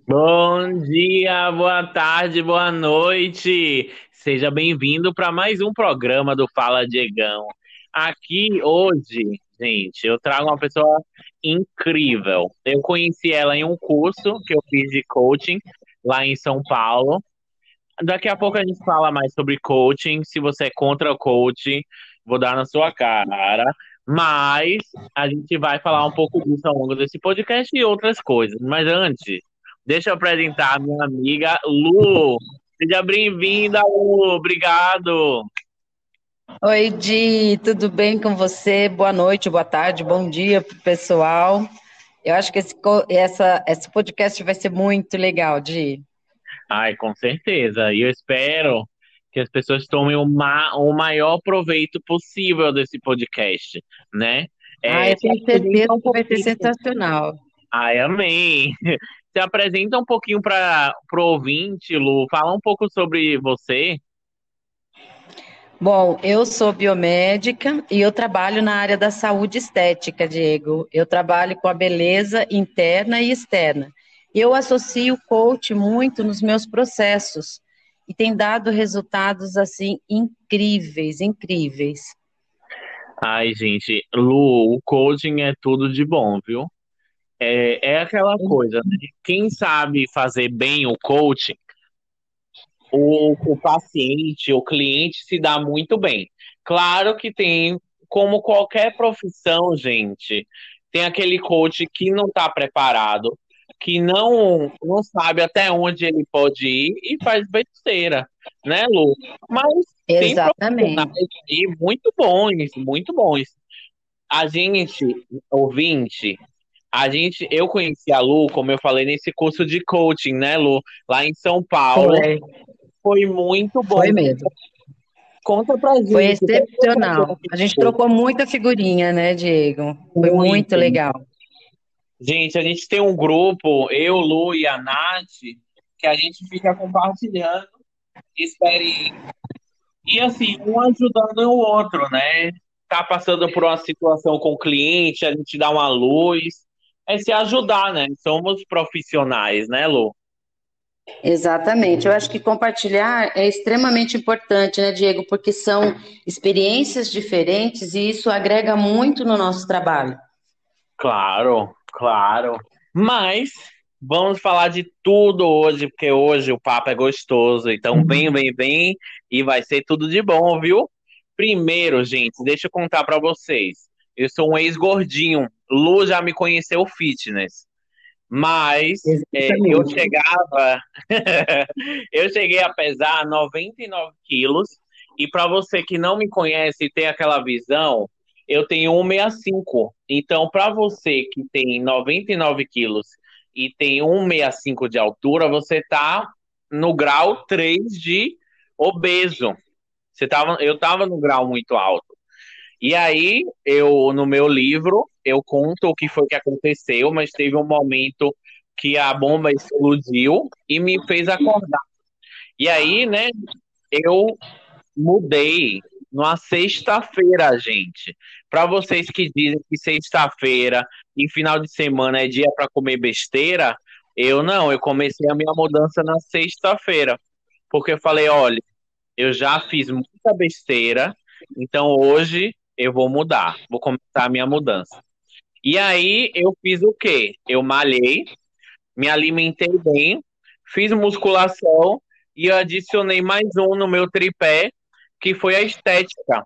Bom dia, boa tarde, boa noite. Seja bem-vindo para mais um programa do Fala Diegão. Aqui hoje, gente, eu trago uma pessoa incrível. Eu conheci ela em um curso que eu fiz de coaching lá em São Paulo. Daqui a pouco a gente fala mais sobre coaching. Se você é contra o coaching, vou dar na sua cara. Mas a gente vai falar um pouco disso ao longo desse podcast e outras coisas. Mas antes, deixa eu apresentar a minha amiga Lu. Seja bem-vinda, Lu. Obrigado. Oi, Di, tudo bem com você? Boa noite, boa tarde, bom dia pro pessoal. Eu acho que esse podcast vai ser muito legal, Di. Ai, com certeza. E eu espero que as pessoas tomem o maior proveito possível desse podcast, né? Eu Se tenho apresenta certeza um que vai ser pouquinho. sensacional. Ai, amém. Se apresenta um pouquinho para o ouvinte, Lu. Fala um pouco sobre você. Bom, eu sou biomédica e eu trabalho na área da saúde estética, Diego. Eu trabalho com a beleza interna e externa. Eu associo o coach muito nos meus processos e tem dado resultados assim incríveis, incríveis. Ai, gente, Lu, o coaching é tudo de bom, viu? É aquela coisa, né? Quem sabe fazer bem o coaching, o paciente, o cliente se dá muito bem. Claro que tem, como qualquer profissão, gente, tem aquele coach que não está preparado, que não sabe até onde ele pode ir e faz besteira, né, Lu? Mas tem profissionais Exatamente. aí muito bons, muito bons. A gente, ouvinte, eu conheci a Lu, como eu falei, nesse curso de coaching, né, Lu? Lá em São Paulo. Foi, Foi muito bom. foi mesmo. Conta pra Foi gente, o que é que você achou excepcional. desse A gente curso? trocou muita figurinha, né, Diego? Foi muito Muito. legal. Gente, a gente tem um grupo, eu, Lu e a Nath, que a gente fica compartilhando experiências e assim, um ajudando o outro, né? Tá passando por uma situação com o cliente, a gente dá uma luz, é se ajudar, né? Somos profissionais, né, Lu? Exatamente. Eu acho que compartilhar é extremamente importante, né, Diego? Porque são experiências diferentes e isso agrega muito no nosso trabalho. Claro, claro. Mas vamos falar de tudo hoje, porque hoje o papo é gostoso. Então, vem e vai ser tudo de bom, viu? Primeiro, gente, deixa eu contar pra vocês. Eu sou um ex-gordinho. Lu já me conheceu fitness, mas eu Exatamente. chegava, eu cheguei a pesar 99 quilos. E para você que não me conhece e tem aquela visão, eu tenho 1,65. Então, para você que tem 99 quilos e tem 1,65 de altura, você tá no grau 3 de obeso. Eu tava no grau muito alto. E aí, no meu livro, eu conto o que foi que aconteceu, mas teve um momento que a bomba explodiu e me fez acordar. E aí, né, eu mudei numa sexta-feira, gente. Para vocês que dizem que sexta-feira e final de semana é dia para comer besteira, eu não, eu comecei a minha mudança na sexta-feira, porque eu falei, olha, eu já fiz muita besteira, então hoje eu vou mudar, vou começar a minha mudança. E aí eu fiz o quê? Eu malhei, me alimentei bem, fiz musculação e eu adicionei mais um no meu tripé, que foi a estética.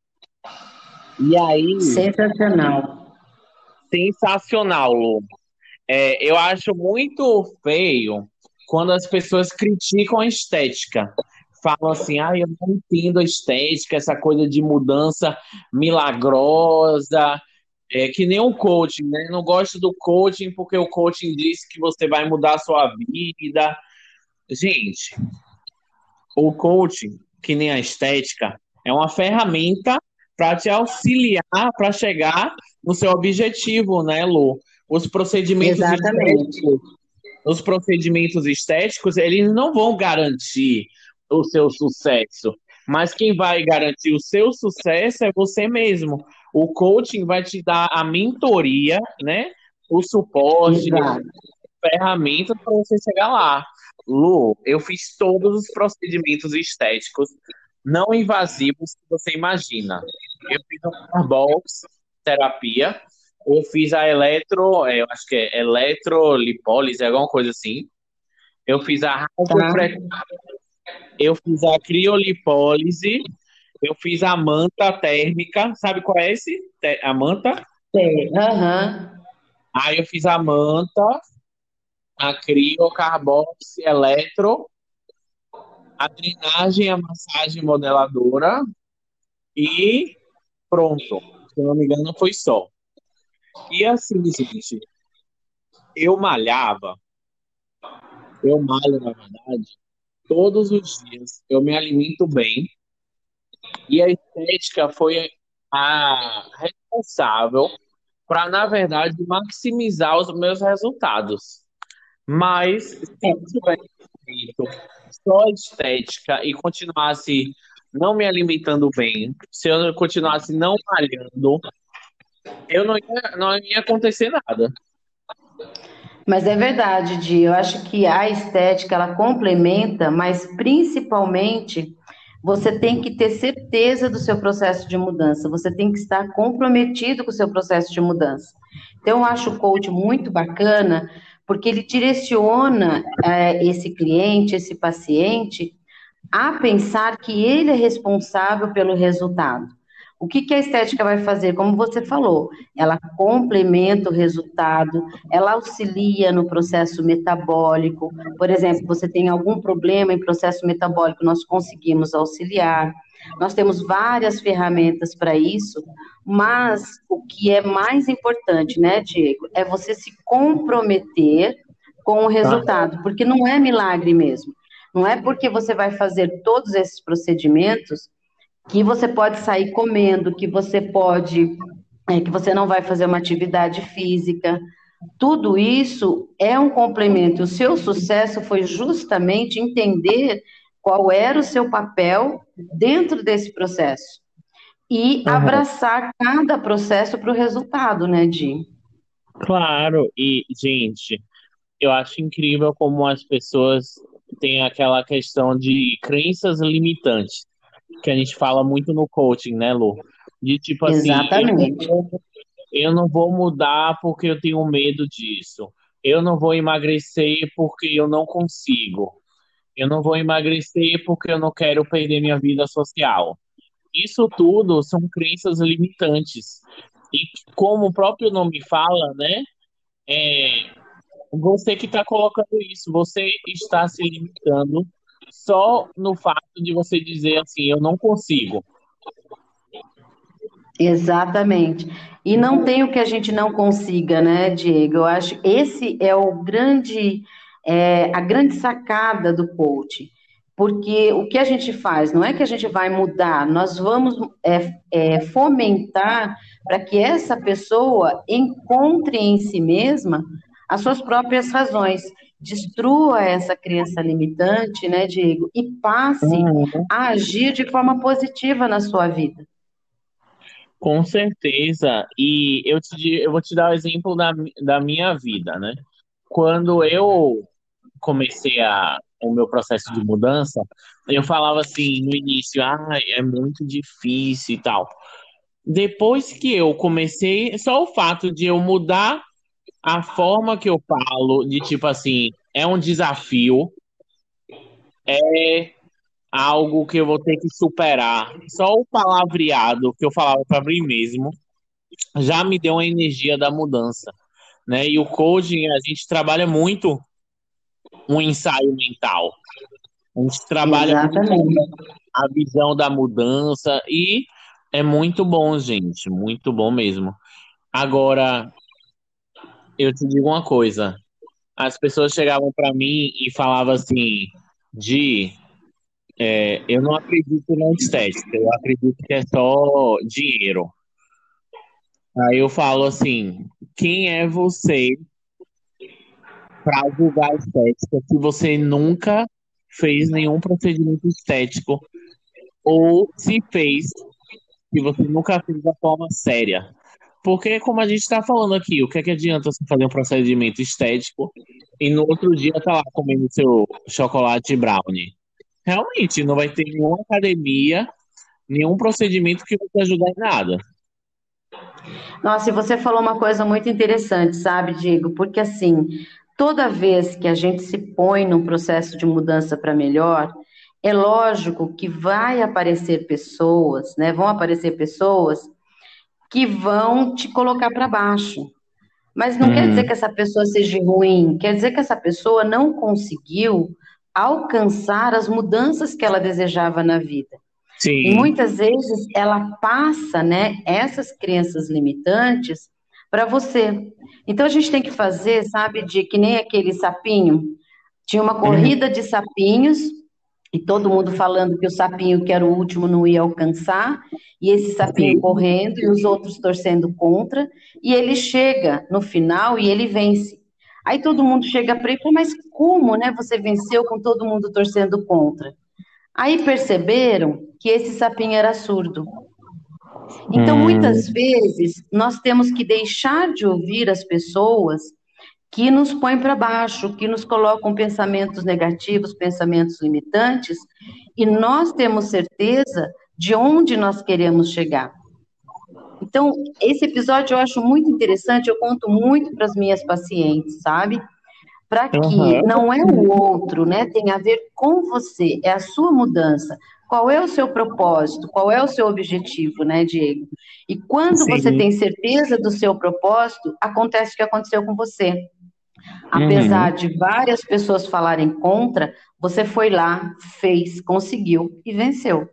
E aí, Sensacional. sensacional, Lu. Eu acho muito feio quando as pessoas criticam a estética. Falam assim, eu não entendo a estética, essa coisa de mudança milagrosa, que nem o coaching, né? Não gosto do coaching porque o coaching diz que você vai mudar a sua vida. Gente, o coaching, que nem a estética, é uma ferramenta para te auxiliar para chegar no seu objetivo, né, Lu? Os procedimentos Exatamente. estéticos, os procedimentos estéticos, eles não vão garantir o seu sucesso, mas quem vai garantir o seu sucesso é você mesmo. O coaching vai te dar a mentoria, né? O suporte, Exato. ferramentas para você chegar lá. Lu, eu fiz todos os procedimentos estéticos não invasivos que você imagina. Eu fiz a Carbox terapia, eu fiz a eu acho que é eletrolipólise, alguma coisa assim. Eu fiz a Tá? radiofrequência, eu fiz a criolipólise, eu fiz a manta térmica, sabe qual é esse? A manta? Sei. Aham. Aí eu fiz a manta, a crio, carbox, eletro, a drenagem, a massagem modeladora e pronto. Se eu não me engano, foi só. E assim, gente, eu malhava, eu malho, na verdade, todos os dias. Eu me alimento bem. E a estética foi a responsável para, na verdade, maximizar os meus resultados. Mas se eu tivesse feito só estética e continuasse não me alimentando bem, se eu continuasse não malhando, não ia acontecer nada. Mas é verdade, Di. Eu acho que a estética ela complementa, mas principalmente você tem que ter certeza do seu processo de mudança. Você tem que estar comprometido com o seu processo de mudança. Então, eu acho o coach muito bacana, porque ele direciona esse cliente, esse paciente, a pensar que ele é responsável pelo resultado. O que que a estética vai fazer? Como você falou, ela complementa o resultado, ela auxilia no processo metabólico. Por exemplo, você tem algum problema em processo metabólico, nós conseguimos auxiliar. Nós temos várias ferramentas para isso, mas o que é mais importante, né, Diego, é você se comprometer com o Tá? resultado, porque não é milagre mesmo. Não é porque você vai fazer todos esses procedimentos que você pode sair comendo, que você não vai fazer uma atividade física. Tudo isso é um complemento. O seu sucesso foi justamente entender qual era o seu papel dentro desse processo e Aham. abraçar cada processo para o resultado, né, Di? Claro, e, gente, eu acho incrível como as pessoas têm aquela questão de crenças limitantes, que a gente fala muito no coaching, né, Lu? De tipo assim, Exatamente. eu não vou mudar porque eu tenho medo disso. Eu não vou emagrecer porque eu não consigo. Eu não vou emagrecer porque eu não quero perder minha vida social. Isso tudo são crenças limitantes. E como o próprio nome fala, né? É, você que está colocando isso, você está se limitando só no fato de você dizer assim, eu não consigo. Exatamente. E não tem o que a gente não consiga, né, Diego? Eu acho que esse é a grande sacada do coach. Porque o que a gente faz, não é que a gente vai mudar, nós vamos fomentar para que essa pessoa encontre em si mesma as suas próprias razões, destrua essa crença limitante, né, Diego, e passe Uhum. a agir de forma positiva na sua vida. Com certeza. E eu vou te dar o exemplo da minha vida, né? Quando eu comecei o meu processo de mudança, eu falava assim no início, é muito difícil e tal. Depois que eu comecei, só o fato de eu mudar a forma que eu falo, de tipo assim, é um desafio, é algo que eu vou ter que superar. Só o palavreado que eu falava para mim mesmo já me deu a energia da mudança, né? E o coaching, a gente trabalha muito um ensaio mental. A gente trabalha muito Exatamente. a visão da mudança e é muito bom, gente, muito bom mesmo. Agora, eu te digo uma coisa, as pessoas chegavam para mim e falavam assim, Di, eu não acredito na estética, eu acredito que é só dinheiro. Aí eu falo assim, quem é você para julgar a estética se você nunca fez nenhum procedimento estético ou se fez, se você nunca fez da forma séria? Porque, como a gente está falando aqui, o que é que adianta você fazer um procedimento estético e no outro dia tá lá comendo seu chocolate brownie? Realmente, não vai ter nenhuma academia, nenhum procedimento que vai te ajudar em nada. Nossa, e você falou uma coisa muito interessante, sabe, Diego? Porque assim, toda vez que a gente se põe num processo de mudança para melhor, é lógico que vai aparecer pessoas, né? Vão aparecer pessoas que vão te colocar para baixo. Mas não quer dizer Uhum. que essa pessoa seja ruim, quer dizer que essa pessoa não conseguiu alcançar as mudanças que ela desejava na vida. E Sim, muitas vezes ela passa, né, essas crenças limitantes para você. Então a gente tem que fazer, sabe, de que nem aquele sapinho. Tinha uma uhum, corrida de sapinhos e todo mundo falando que o sapinho que era o último não ia alcançar, e esse sapinho sim, correndo e os outros torcendo contra, e ele chega no final e ele vence. Aí todo mundo chega para ele e fala, mas como, né, você venceu com todo mundo torcendo contra? Aí perceberam que esse sapinho era surdo. Então, muitas hum, vezes, nós temos que deixar de ouvir as pessoas que nos põem para baixo, que nos colocam pensamentos negativos, pensamentos limitantes, e nós temos certeza de onde nós queremos chegar. Então, esse episódio eu acho muito interessante, eu conto muito para as minhas pacientes, sabe? Para que aham, não é o outro, né? Tem a ver com você, é a sua mudança. Qual é o seu propósito? Qual é o seu objetivo, né, Diego? E quando você sim, tem certeza do seu propósito, acontece o que aconteceu com você. uhum, Apesar de várias pessoas falarem contra, você foi lá, fez, conseguiu e venceu.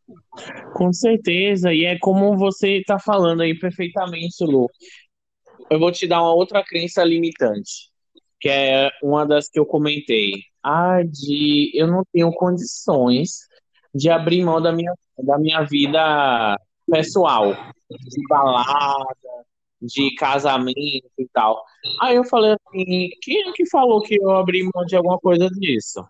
com certeza. E é como você está falando aí perfeitamente, Lu. Eu vou te dar uma outra crença limitante, que é uma das que eu comentei. Ah, de eu não tenho condições de abrir mão da minha vida pessoal, de balada, de casamento e tal. Aí eu falei assim, quem é que falou que eu abri mão de alguma coisa disso?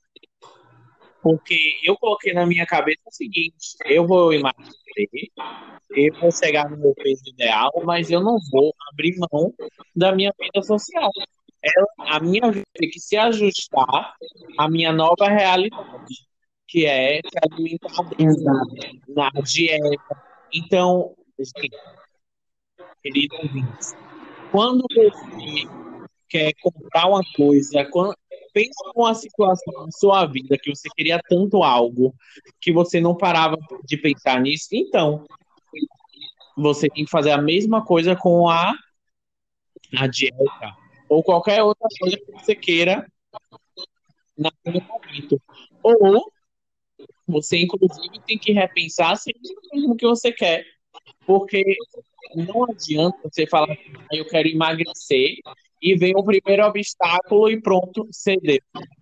Porque eu coloquei na minha cabeça o seguinte, eu vou emagrecer, eu vou chegar no meu peso ideal, mas eu não vou abrir mão da minha vida social. A minha vida tem que se ajustar à minha nova realidade, que é se alimentar bem, Exato. na dieta. Então, gente, querido ouvinte, quando você quer comprar uma coisa, pensa numa situação na sua vida que você queria tanto algo que você não parava de pensar nisso, então você tem que fazer a mesma coisa com a dieta ou qualquer outra coisa que você queira naquele momento. Ou você, inclusive, tem que repensar se é isso mesmo que você quer, porque não adianta você falar assim, ah, eu quero emagrecer e vem o primeiro obstáculo e pronto, ceder.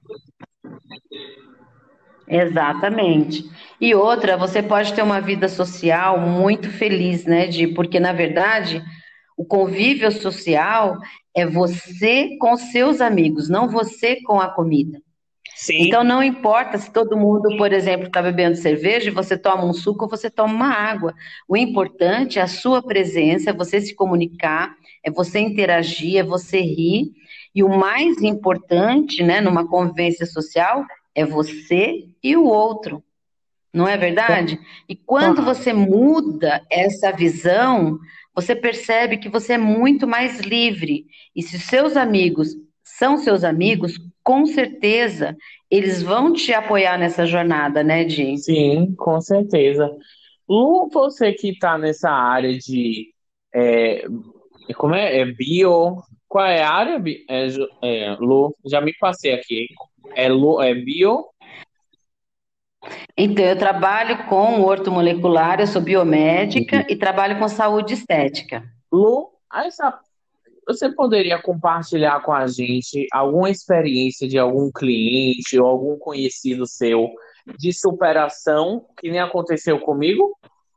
Exatamente. E outra, você pode ter uma vida social muito feliz, né, porque na verdade o convívio social é você com seus amigos, não você com a comida. Sim, Então não importa se todo mundo, por exemplo, está bebendo cerveja, e você toma um suco ou você toma uma água. O importante é a sua presença, é você se comunicar, é você interagir, é você rir. E o mais importante, né, numa convivência social, é você e o outro. Não é verdade? E quando claro. você muda essa visão, você percebe que você é muito mais livre. E se seus amigos são seus amigos, com certeza eles vão te apoiar nessa jornada, né, Di? Sim, com certeza. Lu, você que está nessa área de é, como é? É bio. Qual é a área? Lu, já me passei aqui. É Lu, é bio. Então, eu trabalho com ortomolecular, eu sou biomédica e trabalho com saúde estética. Lu, você poderia compartilhar com a gente alguma experiência de algum cliente ou algum conhecido seu de superação que nem aconteceu comigo?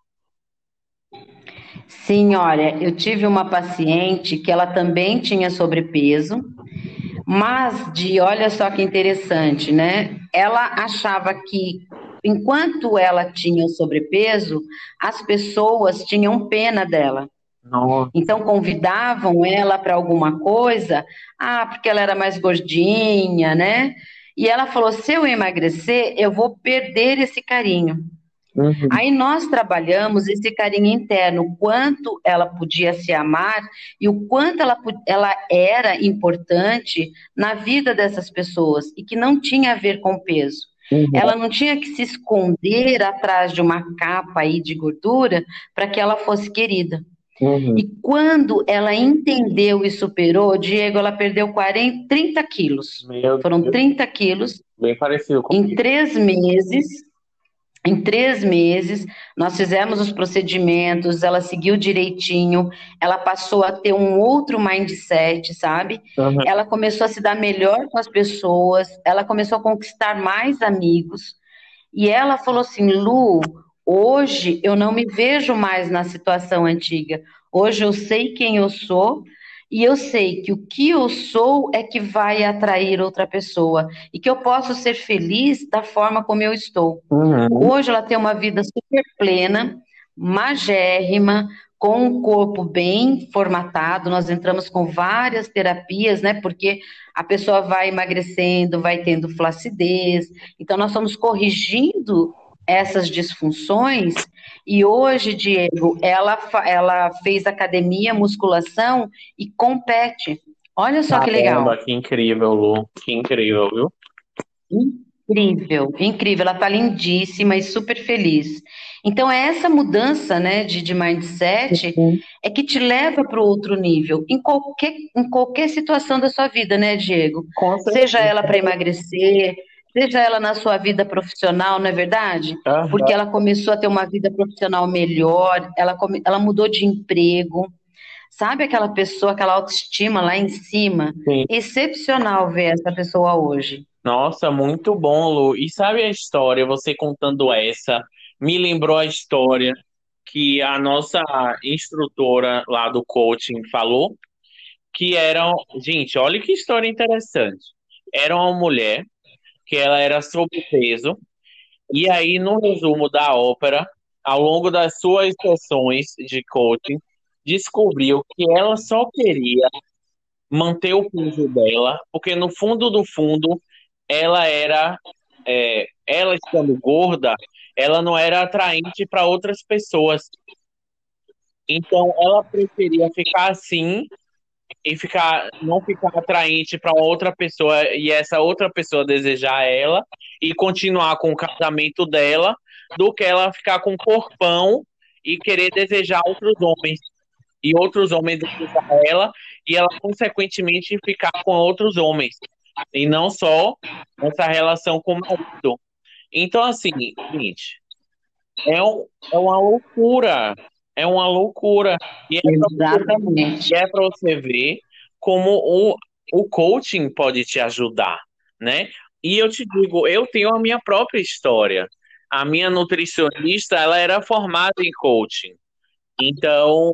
Sim, olha, eu tive uma paciente que ela também tinha sobrepeso. Mas, olha só que interessante, né? Ela achava que enquanto ela tinha o sobrepeso, as pessoas tinham pena dela. Nossa. Então convidavam ela para alguma coisa, porque ela era mais gordinha, né? E ela falou: se eu emagrecer, eu vou perder esse carinho. Uhum. Aí nós trabalhamos esse carinho interno, o quanto ela podia se amar e o quanto ela era importante na vida dessas pessoas e que não tinha a ver com peso. Uhum. Ela não tinha que se esconder atrás de uma capa aí de gordura para que ela fosse querida. Uhum. E quando ela entendeu e superou, Diego, ela perdeu 40, 30 quilos. Meu Foram Deus, 30 quilos bem parecido em comigo. 3 meses. Em 3 meses, nós fizemos os procedimentos, ela seguiu direitinho, ela passou a ter um outro mindset, sabe? Uhum. Ela começou a se dar melhor com as pessoas, ela começou a conquistar mais amigos. E ela falou assim: Lu, hoje eu não me vejo mais na situação antiga. Hoje eu sei quem eu sou e eu sei que o que eu sou é que vai atrair outra pessoa e que eu posso ser feliz da forma como eu estou. Uhum. Hoje ela tem uma vida super plena, magérrima, com um corpo bem formatado. Nós entramos com várias terapias, né? Porque a pessoa vai emagrecendo, vai tendo flacidez. Então, nós estamos corrigindo essas disfunções. E hoje, Diego, ela fez academia, musculação e compete. Olha só que Caramba, legal. que incrível, Lu. Que incrível, viu? Incrível, incrível. Ela está lindíssima e super feliz. Então, é essa mudança, né, de mindset Uhum. é que te leva para o outro nível, em qualquer situação da sua vida, né, Diego? Com Seja ela certeza. para emagrecer, seja ela na sua vida profissional, não é verdade? Porque Aham. ela começou a ter uma vida profissional melhor, ela mudou de emprego. Sabe aquela pessoa, aquela autoestima lá em cima? Sim. Excepcional ver essa pessoa hoje. Nossa, muito bom, Lu. E sabe a história, você contando essa, me lembrou a história que a nossa instrutora lá do coaching falou, que era, gente, olha que história interessante. Era uma mulher que ela era sobrepeso, e aí no resumo da ópera, ao longo das suas sessões de coaching, descobriu que ela só queria manter o peso dela, porque no fundo do fundo, ela era, ela estando gorda, ela não era atraente para outras pessoas. Então, ela preferia ficar assim e não ficar atraente para outra pessoa e essa outra pessoa desejar ela e continuar com o casamento dela, do que ela ficar com um corpão e querer desejar outros homens e outros homens desejar ela e ela consequentemente ficar com outros homens e não só essa relação com o marido. Então assim, gente, é uma loucura, é uma loucura e Exatamente. é para você ver como o coaching pode te ajudar, né? E eu te digo, eu tenho a minha própria história. A minha nutricionista, ela era formada em coaching. Então,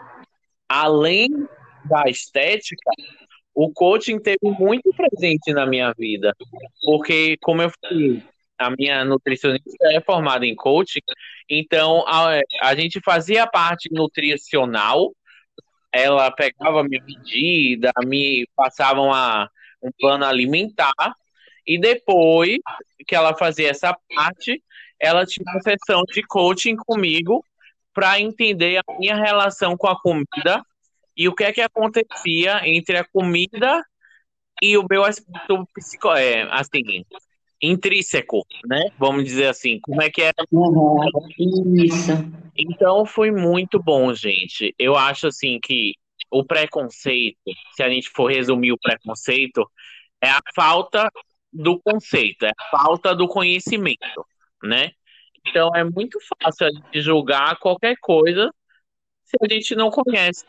além da estética, o coaching teve muito presente na minha vida, porque, como eu falei, a minha nutricionista é formada em coaching, então a gente fazia a parte nutricional, ela pegava minha medida, me passava um plano alimentar, e depois que ela fazia essa parte, ela tinha uma sessão de coaching comigo para entender a minha relação com a comida e o que é que acontecia entre a comida e o meu aspecto assim, intrínseco, né? Vamos dizer assim, como é que é. Uhum. Isso. Então foi muito bom, gente. Eu acho assim que o preconceito, se a gente for resumir o preconceito, é a falta do conceito, é a falta do conhecimento, né? Então é muito fácil a gente julgar qualquer coisa se a gente não conhece,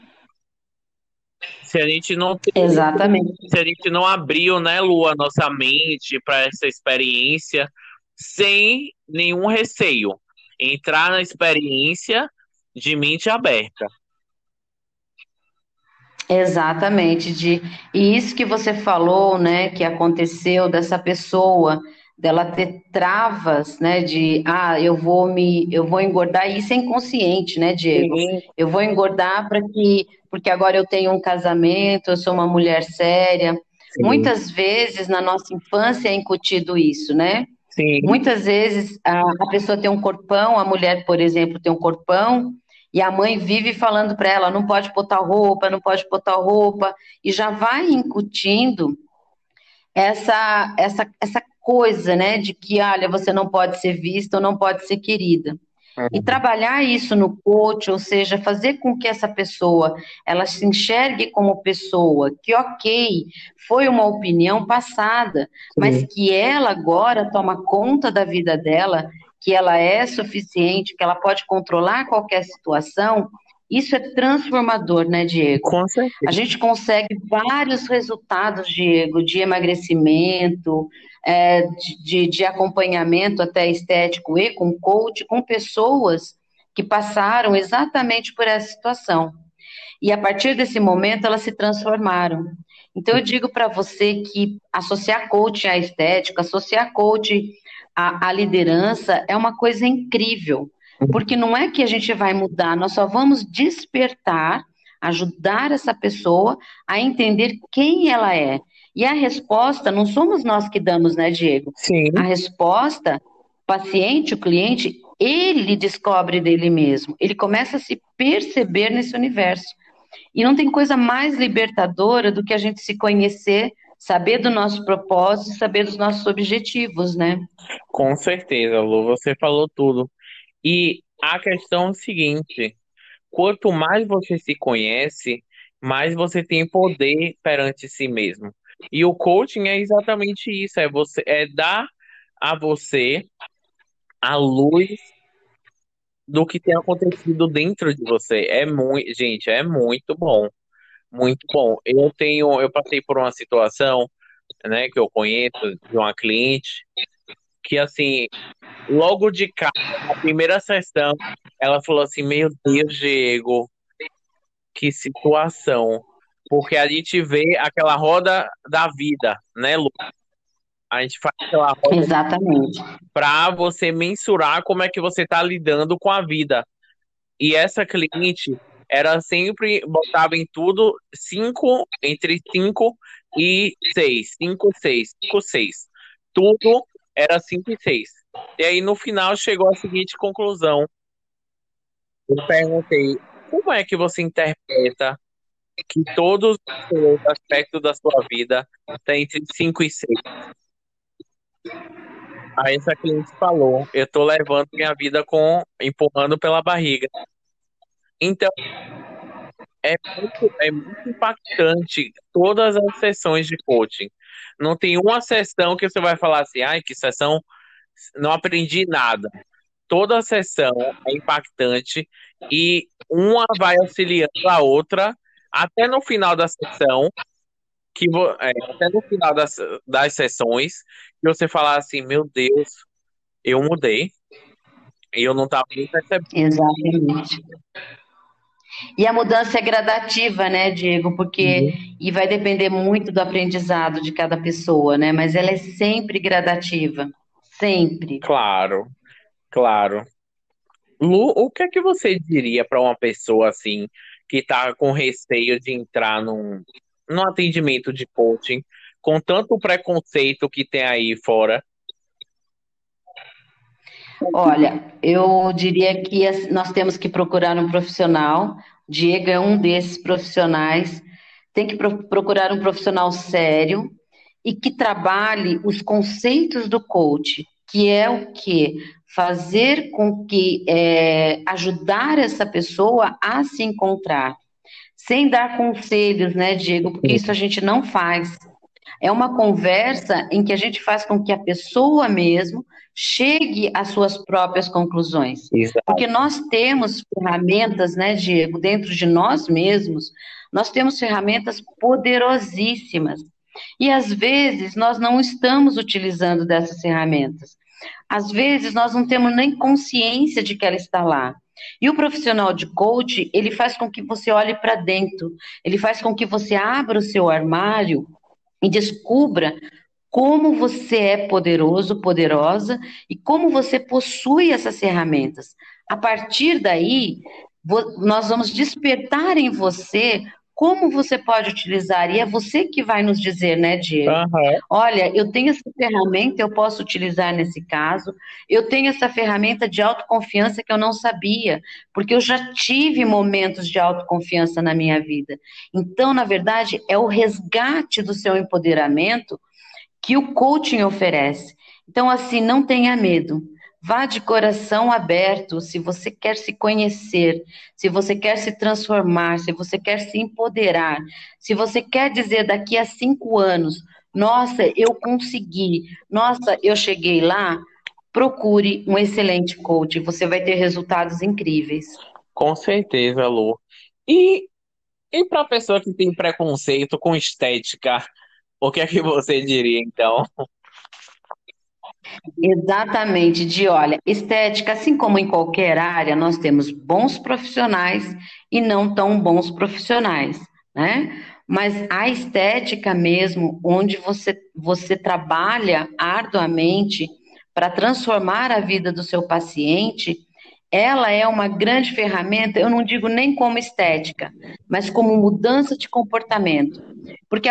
se a gente não Exatamente. se a gente não abriu, né, Lu, a nossa mente para essa experiência sem nenhum receio, entrar na experiência de mente aberta. Exatamente. E isso que você falou, né, que aconteceu dessa pessoa dela ter travas, né, de, eu vou engordar, e isso é inconsciente, né, Diego? Sim, Eu vou engordar porque agora eu tenho um casamento, eu sou uma mulher séria. sim, Muitas vezes na nossa infância é incutido isso, né? sim. Muitas vezes a pessoa tem um corpão, a mulher, por exemplo, tem um corpão, e a mãe vive falando para ela, não pode botar roupa, não pode botar roupa, e já vai incutindo essa coisa, né, de que, olha, você não pode ser vista ou não pode ser querida. E Uhum. trabalhar isso no coach, ou seja, fazer com que essa pessoa ela se enxergue como pessoa, que ok, foi uma opinião passada, mas Sim, que ela agora toma conta da vida dela, que ela é suficiente, que ela pode controlar qualquer situação, isso é transformador, né, Diego? com A certeza. gente consegue vários resultados, Diego, de emagrecimento, de acompanhamento até estético e com coach, com pessoas que passaram exatamente por essa situação. E a partir desse momento elas se transformaram. Então eu digo para você que associar coach à estética, associar coach à liderança é uma coisa incrível, porque não é que a gente vai mudar, nós só vamos despertar, ajudar essa pessoa a entender quem ela é. E a resposta não somos nós que damos, né, Diego? A Sim, resposta, o paciente, o cliente, ele descobre dele mesmo, ele começa a se perceber nesse universo. E não tem coisa mais libertadora do que a gente se conhecer, saber do nosso propósito, saber dos nossos objetivos, né? com certeza, Lu, você falou tudo. E a questão é o seguinte: quanto mais você se conhece, mais você tem poder perante si mesmo. E o coaching é exatamente isso, é dar a você a luz do que tem acontecido dentro de você. É muito, gente, é muito bom, muito bom. Eu passei por uma situação, né, que eu conheço de uma cliente que assim, logo de cara, na primeira sessão, ela falou assim: "Meu Deus, Diego, que situação". Porque a gente vê aquela roda da vida, né, Lu? A gente faz aquela roda Exatamente. para você mensurar como é que você está lidando com a vida. E essa cliente era sempre, botava em tudo cinco, entre 5 e 6, 5, 6, 5, 6. Tudo era 5 e 6. E aí no final chegou à seguinte conclusão. Eu perguntei, como é que você interpreta que todos os aspectos da sua vida têm entre 5 e 6? Aí essa cliente falou, eu tô levando minha vida com empurrando pela barriga. Então, é muito impactante todas as sessões de coaching. Não tem uma sessão que você vai falar assim, ai, que sessão, não aprendi nada. Toda a sessão é impactante e uma vai auxiliando a outra até no final da sessão, até no final das sessões, que você falar assim, meu Deus, eu mudei e eu não estava nem percebendo. Exatamente. E a mudança é gradativa, né, Diego? Porque e vai depender muito do aprendizado de cada pessoa, né? Mas ela é sempre gradativa, sempre. Claro, claro. Lu, o que é que você diria para uma pessoa assim que está com receio de entrar num atendimento de coaching, com tanto preconceito que tem aí fora? Olha, eu diria que nós temos que procurar um profissional. Diego é um desses profissionais. Tem que procurar um profissional sério e que trabalhe os conceitos do coach, que é o quê? Fazer com que ajudar essa pessoa a se encontrar, sem dar conselhos, né, Diego? Porque isso a Sim, gente não faz. É uma conversa em que a gente faz com que a pessoa mesmo chegue às suas próprias conclusões. Porque exato. nós temos ferramentas, né, Diego, dentro de nós mesmos, nós temos ferramentas poderosíssimas. E às vezes nós não estamos utilizando dessas ferramentas. Às vezes nós não temos nem consciência de que ela está lá. E o profissional de coach, ele faz com que você olhe para dentro, ele faz com que você abra o seu armário e descubra como você é poderoso, poderosa e como você possui essas ferramentas. A partir daí, nós vamos despertar em você como você pode utilizar, e é você que vai nos dizer, né, Diego? Aham. Olha, eu tenho essa ferramenta, eu posso utilizar nesse caso, eu tenho essa ferramenta de autoconfiança que eu não sabia, porque eu já tive momentos de autoconfiança na minha vida. Então, na verdade, é o resgate do seu empoderamento que o coaching oferece. Então, assim, não tenha medo. Vá de coração aberto se você quer se conhecer, se você quer se transformar, se você quer se empoderar, se você quer dizer daqui a 5 anos, nossa, eu consegui, nossa, eu cheguei lá, procure um excelente coach, você vai ter resultados incríveis. Com certeza, Lu. E, e para pessoa que tem preconceito com estética, o que é que você diria, então? Exatamente, de olha, estética, assim como em qualquer área, nós temos bons profissionais e não tão bons profissionais, né? Mas a estética mesmo, onde você trabalha arduamente para transformar a vida do seu paciente, ela é uma grande ferramenta, eu não digo nem como estética, mas como mudança de comportamento. Porque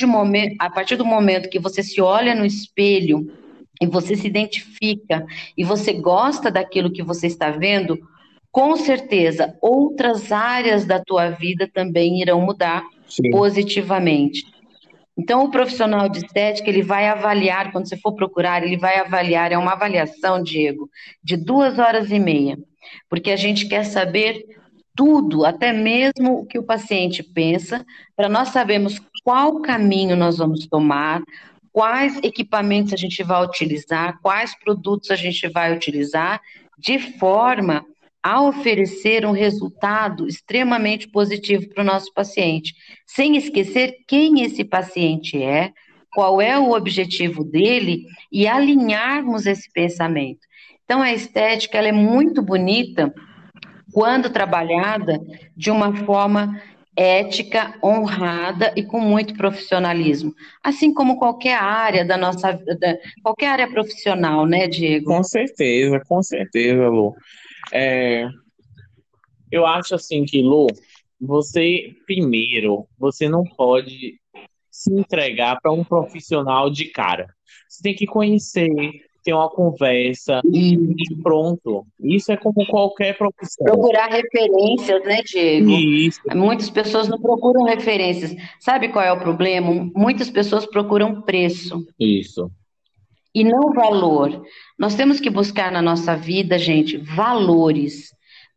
a partir do momento que você se olha no espelho e você se identifica e você gosta daquilo que você está vendo, com certeza outras áreas da tua vida também irão mudar Sim. positivamente. Então, o profissional de estética, ele vai avaliar, quando você for procurar, ele vai avaliar, é uma avaliação, Diego, de 2 horas e meia, porque a gente quer saber tudo, até mesmo o que o paciente pensa, para nós sabermos qual caminho nós vamos tomar, quais equipamentos a gente vai utilizar, quais produtos a gente vai utilizar, de forma a oferecer um resultado extremamente positivo para o nosso paciente, sem esquecer quem esse paciente é, qual é o objetivo dele e alinharmos esse pensamento. Então, a estética ela é muito bonita quando trabalhada de uma forma ética, honrada e com muito profissionalismo, assim como qualquer área da nossa vida, qualquer área profissional, né, Diego? Com certeza, Lu. É, eu acho assim que, Lu, você, primeiro, você não pode se entregar para um profissional de cara. Você tem que conhecer, ter uma conversa e E pronto. Isso é como qualquer profissão. procurar referências, né, Diego? Isso, Muitas pessoas não procuram referências. Sabe qual é o problema? Muitas pessoas procuram preço isso. e não valor. Nós temos que buscar na nossa vida, gente, valores,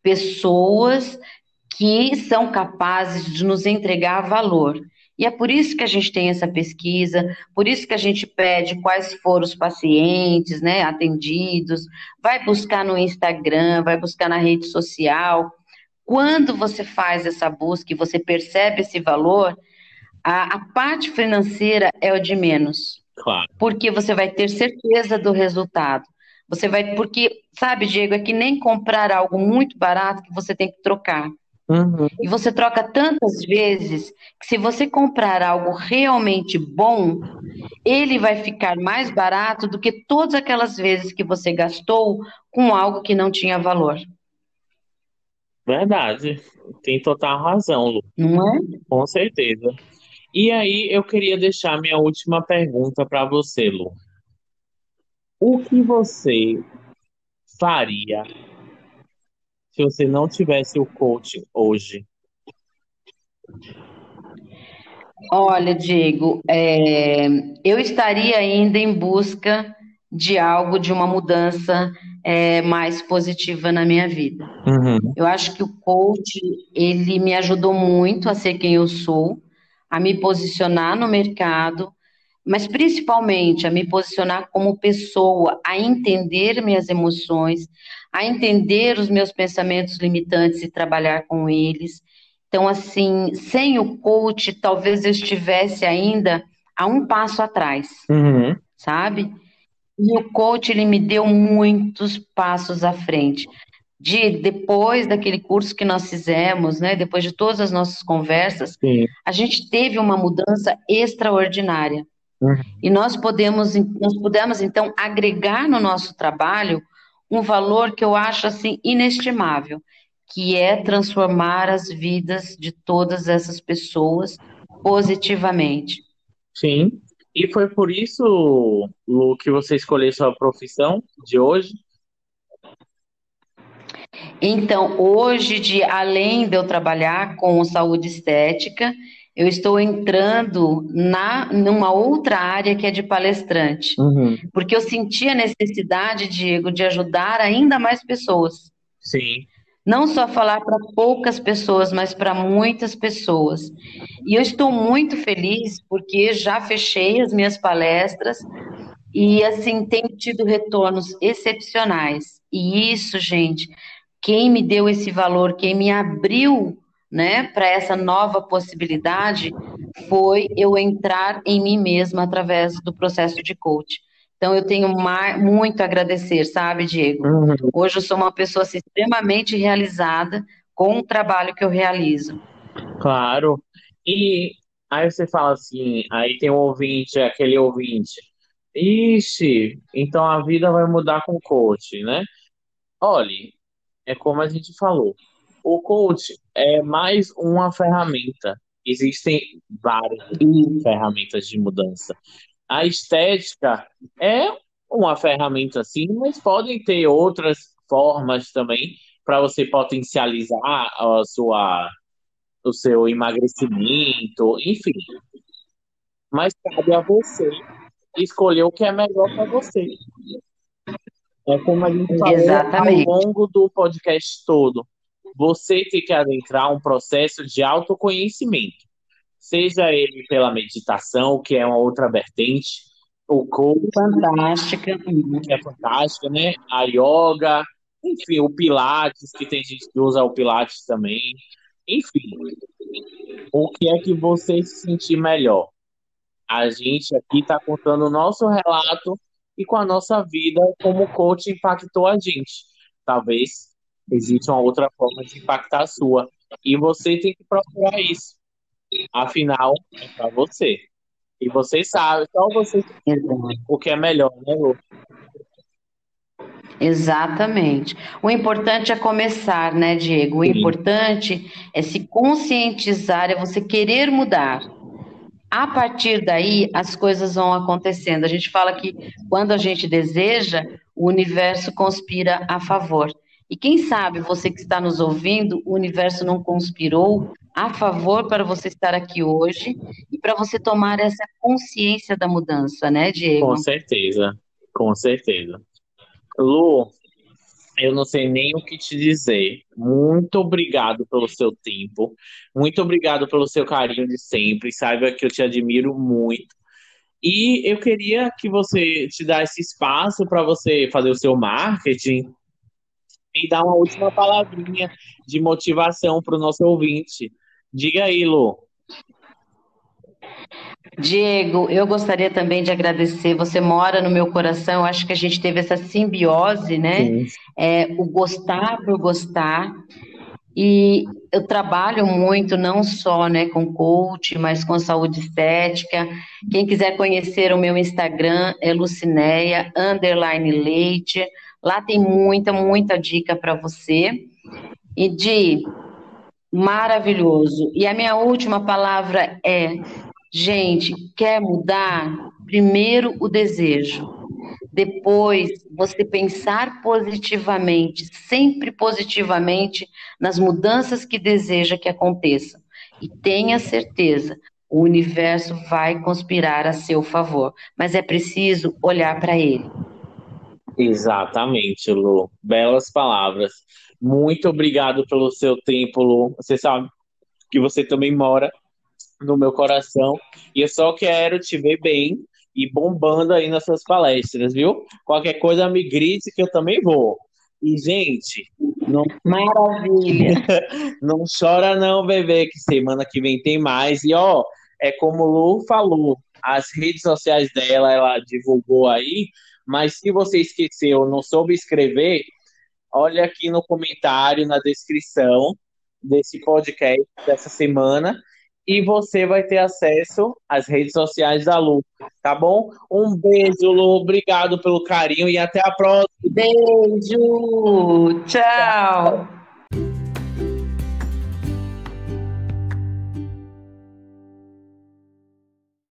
pessoas que são capazes de nos entregar valor. E é por isso que a gente tem essa pesquisa, por isso que a gente pede quais foram os pacientes, né, atendidos, vai buscar no Instagram, vai buscar na rede social. Quando você faz essa busca e você percebe esse valor, a parte financeira é o de menos, Claro. porque você vai ter certeza do resultado. Você vai, porque, sabe, Diego, é que nem comprar algo muito barato que você tem que trocar. Uhum. E você troca tantas vezes que se você comprar algo realmente bom, ele vai ficar mais barato do que todas aquelas vezes que você gastou com algo que não tinha valor, Verdade. Tem total razão, Lu. não é? Com certeza. E aí, eu queria deixar minha última pergunta para você, Lu. O que você faria se você não tivesse o coaching hoje? Olha, Diego, eu estaria ainda em busca de algo, de uma mudança, mais positiva na minha vida. Uhum. Eu acho que o coach, ele me ajudou muito a ser quem eu sou, a me posicionar no mercado, mas principalmente a me posicionar como pessoa, a entender minhas emoções, a entender os meus pensamentos limitantes e trabalhar com eles. Então, assim, sem o coach, talvez eu estivesse ainda a um passo atrás, Uhum. sabe? E o coach, ele me deu muitos passos à frente. Depois daquele curso que nós fizemos, né, depois de todas as nossas conversas, Sim. a gente teve uma mudança extraordinária. E nós pudemos então agregar no nosso trabalho um valor que eu acho assim inestimável, que é transformar as vidas de todas essas pessoas positivamente. Sim. E foi por isso, Lu, que você escolheu sua profissão de hoje? Então, hoje, além de eu trabalhar com saúde estética, eu estou entrando numa outra área que é de palestrante, Uhum. porque eu senti a necessidade, Diego, de ajudar ainda mais pessoas. Sim. Não só falar para poucas pessoas, mas para muitas pessoas. E eu estou muito feliz porque já fechei as minhas palestras e assim tenho tido retornos excepcionais. E isso, gente, quem me deu esse valor, quem me abriu, né, para essa nova possibilidade, foi eu entrar em mim mesma através do processo de coach. Então eu tenho muito a agradecer, sabe, Diego? Uhum. Hoje eu sou uma pessoa assim, extremamente realizada com o trabalho que eu realizo. Claro. E aí você fala assim, aí tem um ouvinte, aquele ouvinte. Ixi, então a vida vai mudar com o coach, né? Olhe, é como a gente falou. O coach é mais uma ferramenta. Existem várias ferramentas de mudança. A estética é uma ferramenta sim, mas podem ter outras formas também para você potencializar o seu emagrecimento, enfim. Mas cabe a você escolher o que é melhor para você. É como a gente falou ao Exatamente. longo do podcast todo. Você tem que adentrar um processo de autoconhecimento, seja ele pela meditação, que é uma outra vertente, o coaching, Fantástica. que é fantástica, né? A yoga, enfim, o Pilates, que tem gente que usa o Pilates também. Enfim, o que é que você se sentir melhor? A gente aqui está contando o nosso relato e com a nossa vida, como o coach impactou a gente. Talvez exista uma outra forma de impactar a sua. E você tem que procurar isso. Afinal, é para você. E você sabe, só você Exato. o que é melhor, né, Lu? Exatamente. O importante é começar, né, Diego? O Sim, importante é se conscientizar, é você querer mudar. A partir daí, as coisas vão acontecendo. A gente fala que quando a gente deseja, o universo conspira a favor. E quem sabe você que está nos ouvindo, o universo não conspirou a favor para você estar aqui hoje e para você tomar essa consciência da mudança, né, com Diego? certeza. Com certeza. Lu, eu não sei nem o que te dizer. Muito obrigado pelo seu tempo. Muito obrigado pelo seu carinho de sempre. Saiba que eu te admiro muito. E eu queria que você te desse esse espaço para você fazer o seu marketing e dar uma última palavrinha de motivação para o nosso ouvinte. Diga aí, Lu. Diego, eu gostaria também de agradecer. Você mora no meu coração. Eu acho que a gente teve essa simbiose, né? Sim, O gostar por gostar. E eu trabalho muito, não só, né, com coach, mas com saúde estética. Quem quiser conhecer o meu Instagram é Lucineia_Leite. Lá tem muita dica para você. E de maravilhoso. E a minha última palavra é, gente, quer mudar? Primeiro o desejo. Depois, você pensar positivamente, sempre positivamente, nas mudanças que deseja que aconteçam. E tenha certeza, o universo vai conspirar a seu favor. Mas é preciso olhar para ele. exatamente, Lu. Belas palavras. Muito obrigado pelo seu tempo, Lu. Você sabe que você também mora no meu coração. E eu só quero te ver bem e bombando aí nas suas palestras, viu? Qualquer coisa me grite que eu também vou. E, gente, não, Maravilha. não chora não, bebê, que semana que vem tem mais. E, ó, é como o Lu falou, as redes sociais dela, ela divulgou aí, mas se você esqueceu, não soube escrever, olha aqui no comentário, na descrição desse podcast dessa semana e você vai ter acesso às redes sociais da Lu, tá bom? Um beijo, Lu, obrigado pelo carinho e até a próxima. Beijo, tchau.